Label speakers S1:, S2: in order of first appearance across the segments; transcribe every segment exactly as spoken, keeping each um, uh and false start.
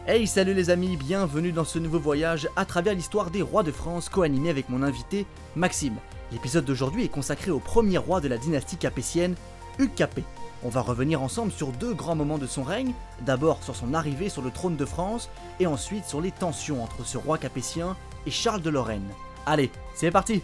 S1: Hey, salut les amis, bienvenue dans ce nouveau voyage à travers l'histoire des rois de France, co-animé avec mon invité Maxime. L'épisode d'aujourd'hui est consacré au premier roi de la dynastie capétienne, Hugues Capet. On va revenir ensemble sur deux grands moments de son règne, d'abord sur son arrivée sur le trône de France, et ensuite sur les tensions entre ce roi capétien et Charles de Lorraine. Allez, c'est parti!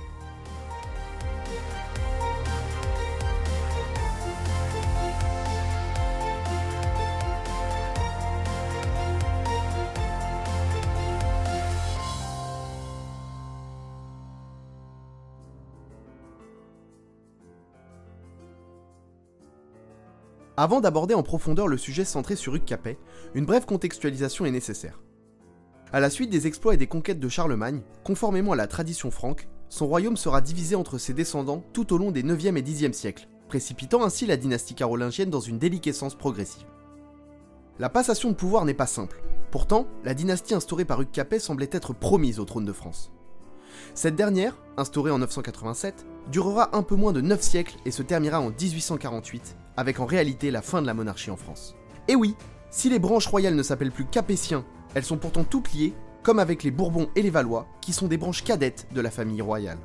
S2: Avant d'aborder en profondeur le sujet centré sur Hugues Capet, une brève contextualisation est nécessaire. À la suite des exploits et des conquêtes de Charlemagne, conformément à la tradition franque, son royaume sera divisé entre ses descendants tout au long des neuvième et dixième siècles, précipitant ainsi la dynastie carolingienne dans une déliquescence progressive. La passation de pouvoir n'est pas simple. Pourtant, la dynastie instaurée par Hugues Capet semblait être promise au trône de France. Cette dernière, instaurée en neuf cent quatre-vingt-sept, durera un peu moins de neuf siècles et se terminera en dix-huit cent quarante-huit, avec en réalité la fin de la monarchie en France. Et oui, si les branches royales ne s'appellent plus capétiens, elles sont pourtant toutes liées, comme avec les Bourbons et les Valois, qui sont des branches cadettes de la famille royale.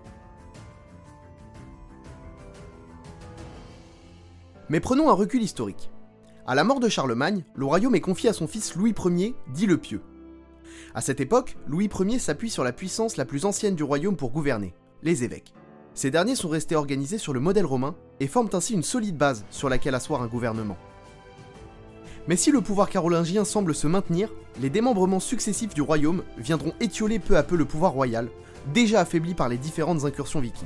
S2: Mais prenons un recul historique. À la mort de Charlemagne, le royaume est confié à son fils Louis Ier, dit le Pieux. À cette époque, Louis Ier s'appuie sur la puissance la plus ancienne du royaume pour gouverner, les évêques. Ces derniers sont restés organisés sur le modèle romain et forment ainsi une solide base sur laquelle asseoir un gouvernement. Mais si le pouvoir carolingien semble se maintenir, les démembrements successifs du royaume viendront étioler peu à peu le pouvoir royal, déjà affaibli par les différentes incursions vikings.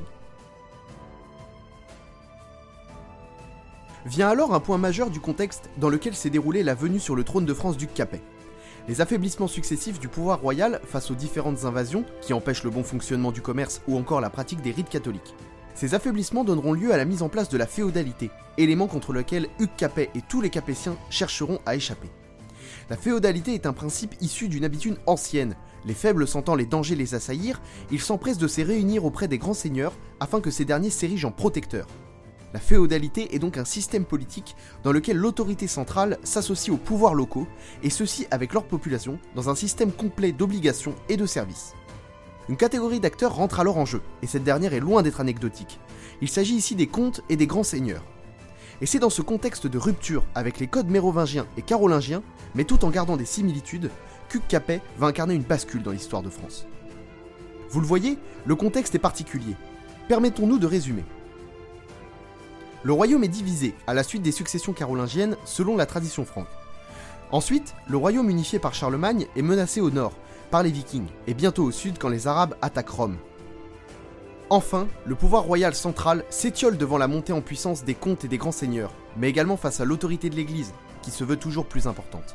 S2: Vient alors un point majeur du contexte dans lequel s'est déroulée la venue sur le trône de France d'Hugues Capet. Les affaiblissements successifs du pouvoir royal face aux différentes invasions, qui empêchent le bon fonctionnement du commerce ou encore la pratique des rites catholiques. Ces affaiblissements donneront lieu à la mise en place de la féodalité, élément contre lequel Hugues Capet et tous les Capétiens chercheront à échapper. La féodalité est un principe issu d'une habitude ancienne. Les faibles sentant les dangers les assaillir, ils s'empressent de se réunir auprès des grands seigneurs afin que ces derniers s'érigent en protecteurs. La féodalité est donc un système politique dans lequel l'autorité centrale s'associe aux pouvoirs locaux, et ceux-ci avec leur population, dans un système complet d'obligations et de services. Une catégorie d'acteurs rentre alors en jeu, et cette dernière est loin d'être anecdotique. Il s'agit ici des comtes et des grands seigneurs. Et c'est dans ce contexte de rupture avec les codes mérovingiens et carolingiens, mais tout en gardant des similitudes, qu'Hugues Capet va incarner une bascule dans l'histoire de France. Vous le voyez, le contexte est particulier. Permettons-nous de résumer. Le royaume est divisé, à la suite des successions carolingiennes, selon la tradition franque. Ensuite, le royaume unifié par Charlemagne est menacé au nord, par les Vikings, et bientôt au sud quand les Arabes attaquent Rome. Enfin, le pouvoir royal central s'étiole devant la montée en puissance des comtes et des grands seigneurs, mais également face à l'autorité de l'Église, qui se veut toujours plus importante.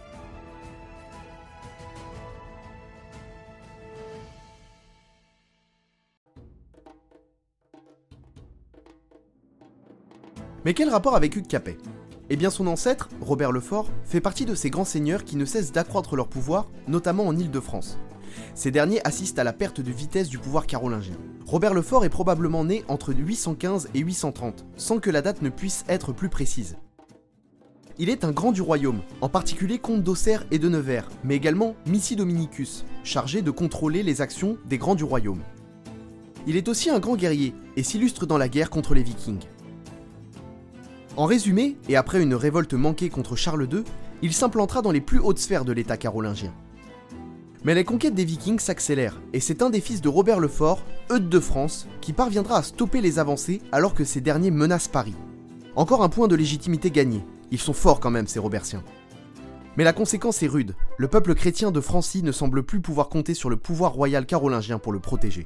S2: Mais quel rapport avec Hugues Capet ? Eh bien son ancêtre, Robert le Fort, fait partie de ces grands seigneurs qui ne cessent d'accroître leur pouvoir, notamment en Île-de-France. Ces derniers assistent à la perte de vitesse du pouvoir carolingien. Robert le Fort est probablement né entre huit cent quinze et huit cent trente, sans que la date ne puisse être plus précise. Il est un grand du royaume, en particulier comte d'Auxerre et de Nevers, mais également missi dominicus, chargé de contrôler les actions des grands du royaume. Il est aussi un grand guerrier, et s'illustre dans la guerre contre les Vikings. En résumé, et après une révolte manquée contre Charles deux, il s'implantera dans les plus hautes sphères de l'État carolingien. Mais les conquêtes des Vikings s'accélèrent, et c'est un des fils de Robert le Fort, Eudes de France, qui parviendra à stopper les avancées alors que ces derniers menacent Paris. Encore un point de légitimité gagné, ils sont forts quand même ces Robertiens. Mais la conséquence est rude, le peuple chrétien de Francie ne semble plus pouvoir compter sur le pouvoir royal carolingien pour le protéger.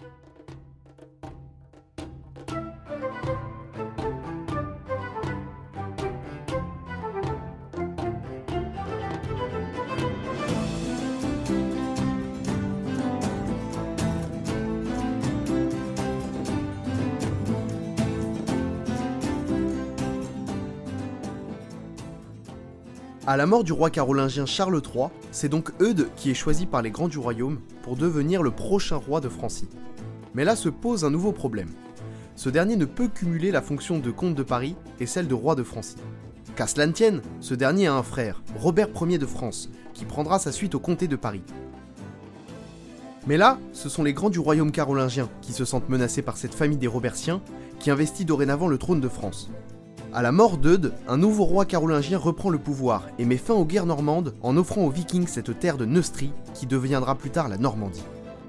S2: À la mort du roi carolingien Charles trois, c'est donc Eudes qui est choisi par les grands du royaume pour devenir le prochain roi de Francie. Mais là se pose un nouveau problème. Ce dernier ne peut cumuler la fonction de comte de Paris et celle de roi de Francie. Qu'à cela ne tienne, ce dernier a un frère, Robert Ier de France, qui prendra sa suite au comté de Paris. Mais là, ce sont les grands du royaume carolingien qui se sentent menacés par cette famille des Robertiens, qui investit dorénavant le trône de France. À la mort d'Eudes, un nouveau roi carolingien reprend le pouvoir et met fin aux guerres normandes en offrant aux Vikings cette terre de Neustrie qui deviendra plus tard la Normandie.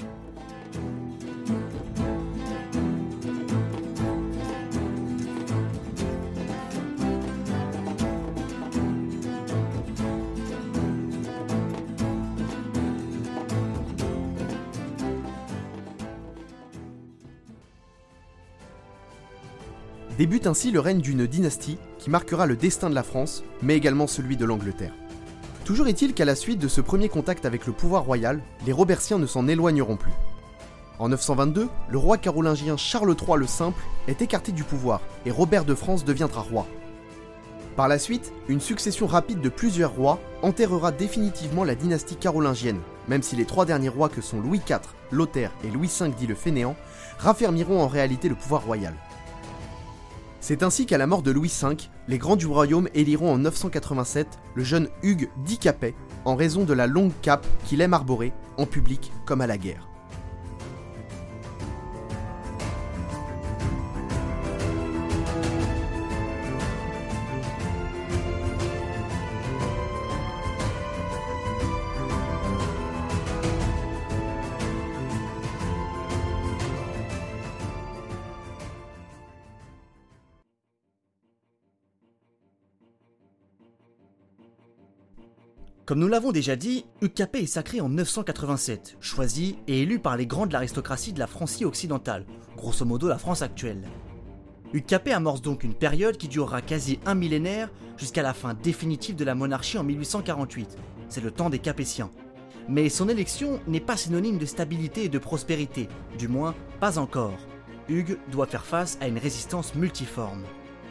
S2: Débute ainsi le règne d'une dynastie qui marquera le destin de la France, mais également celui de l'Angleterre. Toujours est-il qu'à la suite de ce premier contact avec le pouvoir royal, les Robertiens ne s'en éloigneront plus. En neuf cent vingt-deux, le roi carolingien Charles trois le Simple est écarté du pouvoir et Robert de France deviendra roi. Par la suite, une succession rapide de plusieurs rois enterrera définitivement la dynastie carolingienne, même si les trois derniers rois que sont Louis quatre, Lothaire et Louis cinq dit le Fainéant raffermiront en réalité le pouvoir royal. C'est ainsi qu'à la mort de Louis cinq, les grands du royaume éliront en neuf cent quatre-vingt-sept le jeune Hugues dit Capet en raison de la longue cape qu'il aime arborer, en public comme à la guerre.
S1: Comme nous l'avons déjà dit, Hugues Capet est sacré en neuf cent quatre-vingt-sept, choisi et élu par les grands de l'aristocratie de la Francie occidentale, grosso modo la France actuelle. Hugues Capet amorce donc une période qui durera quasi un millénaire jusqu'à la fin définitive de la monarchie en mille huit cent quarante-huit, c'est le temps des Capétiens. Mais son élection n'est pas synonyme de stabilité et de prospérité, du moins pas encore. Hugues doit faire face à une résistance multiforme.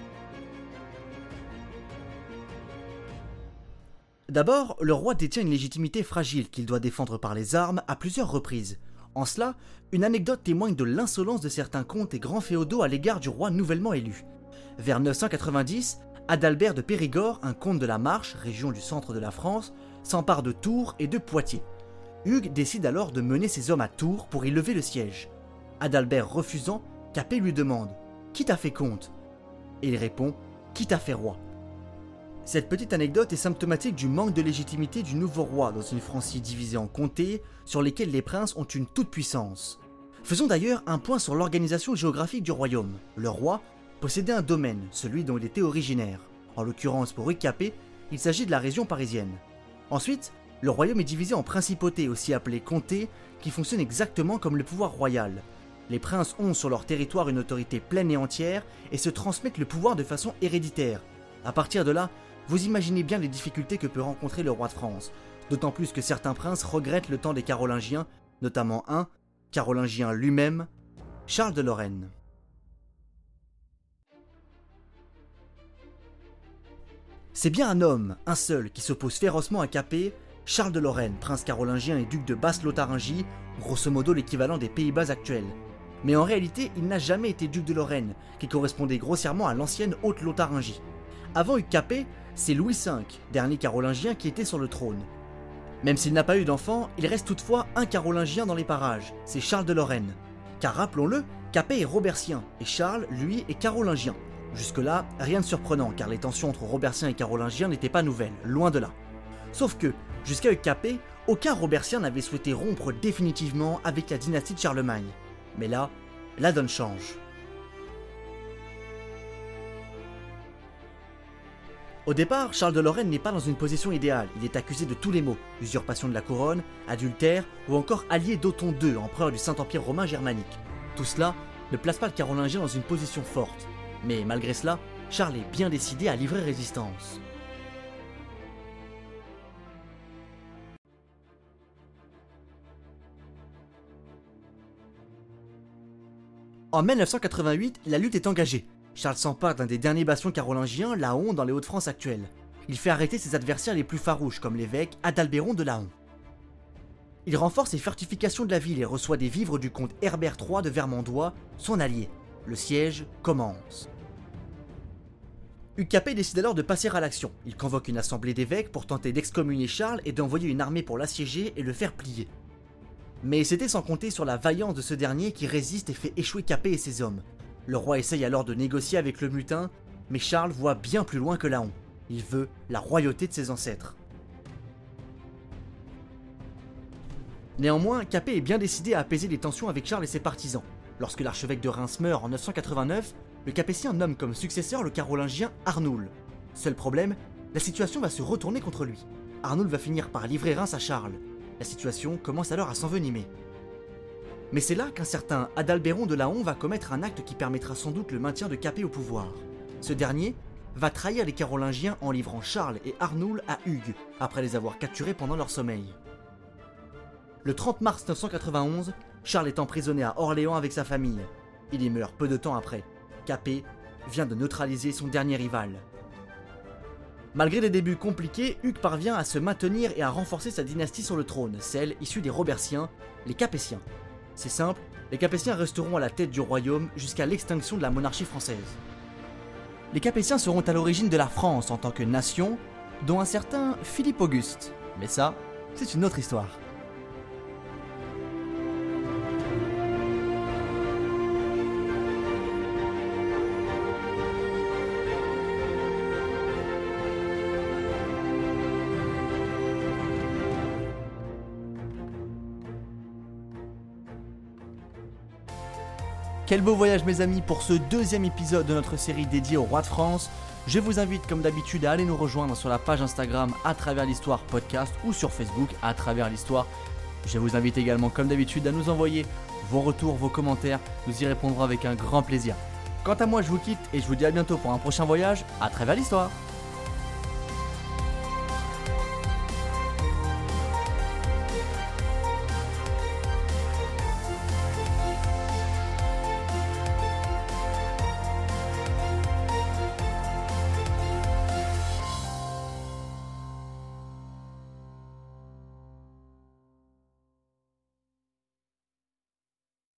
S1: D'abord, le roi détient une légitimité fragile qu'il doit défendre par les armes à plusieurs reprises. En cela, une anecdote témoigne de l'insolence de certains comtes et grands féodaux à l'égard du roi nouvellement élu. Vers neuf cent quatre-vingt-dix, Adalbert de Périgord, un comte de la Marche, région du centre de la France, s'empare de Tours et de Poitiers. Hugues décide alors de mener ses hommes à Tours pour y lever le siège. Adalbert refusant, Capet lui demande « Qui t'a fait comte ?» Et il répond « Qui t'a fait roi ?» Cette petite anecdote est symptomatique du manque de légitimité du nouveau roi dans une Francie divisée en comtés sur lesquels les princes ont une toute-puissance. Faisons d'ailleurs un point sur l'organisation géographique du royaume. Le roi possédait un domaine, celui dont il était originaire. En l'occurrence pour Hugues Capet, il s'agit de la région parisienne. Ensuite, le royaume est divisé en principautés, aussi appelées comtés, qui fonctionnent exactement comme le pouvoir royal. Les princes ont sur leur territoire une autorité pleine et entière et se transmettent le pouvoir de façon héréditaire. À partir de là, vous imaginez bien les difficultés que peut rencontrer le roi de France, d'autant plus que certains princes regrettent le temps des Carolingiens, notamment un, carolingien lui-même, Charles de Lorraine. C'est bien un homme, un seul, qui s'oppose férocement à Capet, Charles de Lorraine, prince carolingien et duc de Basse-Lotharingie, grosso modo l'équivalent des Pays-Bas actuels. Mais en réalité, il n'a jamais été duc de Lorraine, qui correspondait grossièrement à l'ancienne Haute-Lotharingie. Avant Hugues Capet, c'est Louis cinq, dernier carolingien qui était sur le trône. Même s'il n'a pas eu d'enfant, il reste toutefois un carolingien dans les parages, c'est Charles de Lorraine. Car rappelons-le, Capet est robertien, et Charles, lui, est carolingien. Jusque-là, rien de surprenant, car les tensions entre robertiens et carolingiens n'étaient pas nouvelles, loin de là. Sauf que, jusqu'à Hugues Capet, aucun robertien n'avait souhaité rompre définitivement avec la dynastie de Charlemagne. Mais là, la donne change. Au départ, Charles de Lorraine n'est pas dans une position idéale, il est accusé de tous les maux, usurpation de la couronne, adultère ou encore allié d'Othon deux, empereur du Saint-Empire romain germanique. Tout cela ne place pas le carolingien dans une position forte, mais malgré cela, Charles est bien décidé à livrer résistance. En mai neuf cent quatre-vingt-huit, la lutte est engagée. Charles s'empare d'un des derniers bastions carolingiens, Laon, dans les Hauts-de-France actuelles. Il fait arrêter ses adversaires les plus farouches, comme l'évêque Adalbéron de Laon. Il renforce les fortifications de la ville et reçoit des vivres du comte Herbert trois de Vermandois, son allié. Le siège commence. Hugues Capet décide alors de passer à l'action. Il convoque une assemblée d'évêques pour tenter d'excommunier Charles et d'envoyer une armée pour l'assiéger et le faire plier. Mais c'était sans compter sur la vaillance de ce dernier qui résiste et fait échouer Capet et ses hommes. Le roi essaye alors de négocier avec le mutin, mais Charles voit bien plus loin que Laon. Il veut la royauté de ses ancêtres. Néanmoins, Capet est bien décidé à apaiser les tensions avec Charles et ses partisans. Lorsque l'archevêque de Reims meurt en neuf cent quatre-vingt-neuf, le Capétien nomme comme successeur le carolingien Arnoul. Seul problème, la situation va se retourner contre lui. Arnoul va finir par livrer Reims à Charles. La situation commence alors à s'envenimer. Mais c'est là qu'un certain Adalbéron de Laon va commettre un acte qui permettra sans doute le maintien de Capet au pouvoir. Ce dernier va trahir les Carolingiens en livrant Charles et Arnoul à Hugues, après les avoir capturés pendant leur sommeil. Le trente mars neuf cent quatre-vingt-onze, Charles est emprisonné à Orléans avec sa famille. Il y meurt peu de temps après. Capet vient de neutraliser son dernier rival. Malgré des débuts compliqués, Hugues parvient à se maintenir et à renforcer sa dynastie sur le trône, celle issue des Robertiens, les Capétiens. C'est simple, les Capétiens resteront à la tête du royaume jusqu'à l'extinction de la monarchie française. Les Capétiens seront à l'origine de la France en tant que nation, dont un certain Philippe Auguste. Mais ça, c'est une autre histoire. Quel beau voyage mes amis pour ce deuxième épisode de notre série dédiée au roi de France. Je vous invite comme d'habitude à aller nous rejoindre sur la page Instagram à travers l'histoire podcast ou sur Facebook à travers l'histoire. Je vous invite également comme d'habitude à nous envoyer vos retours, vos commentaires, nous y répondrons avec un grand plaisir. Quant à moi je vous quitte et je vous dis à bientôt pour un prochain voyage à travers l'histoire.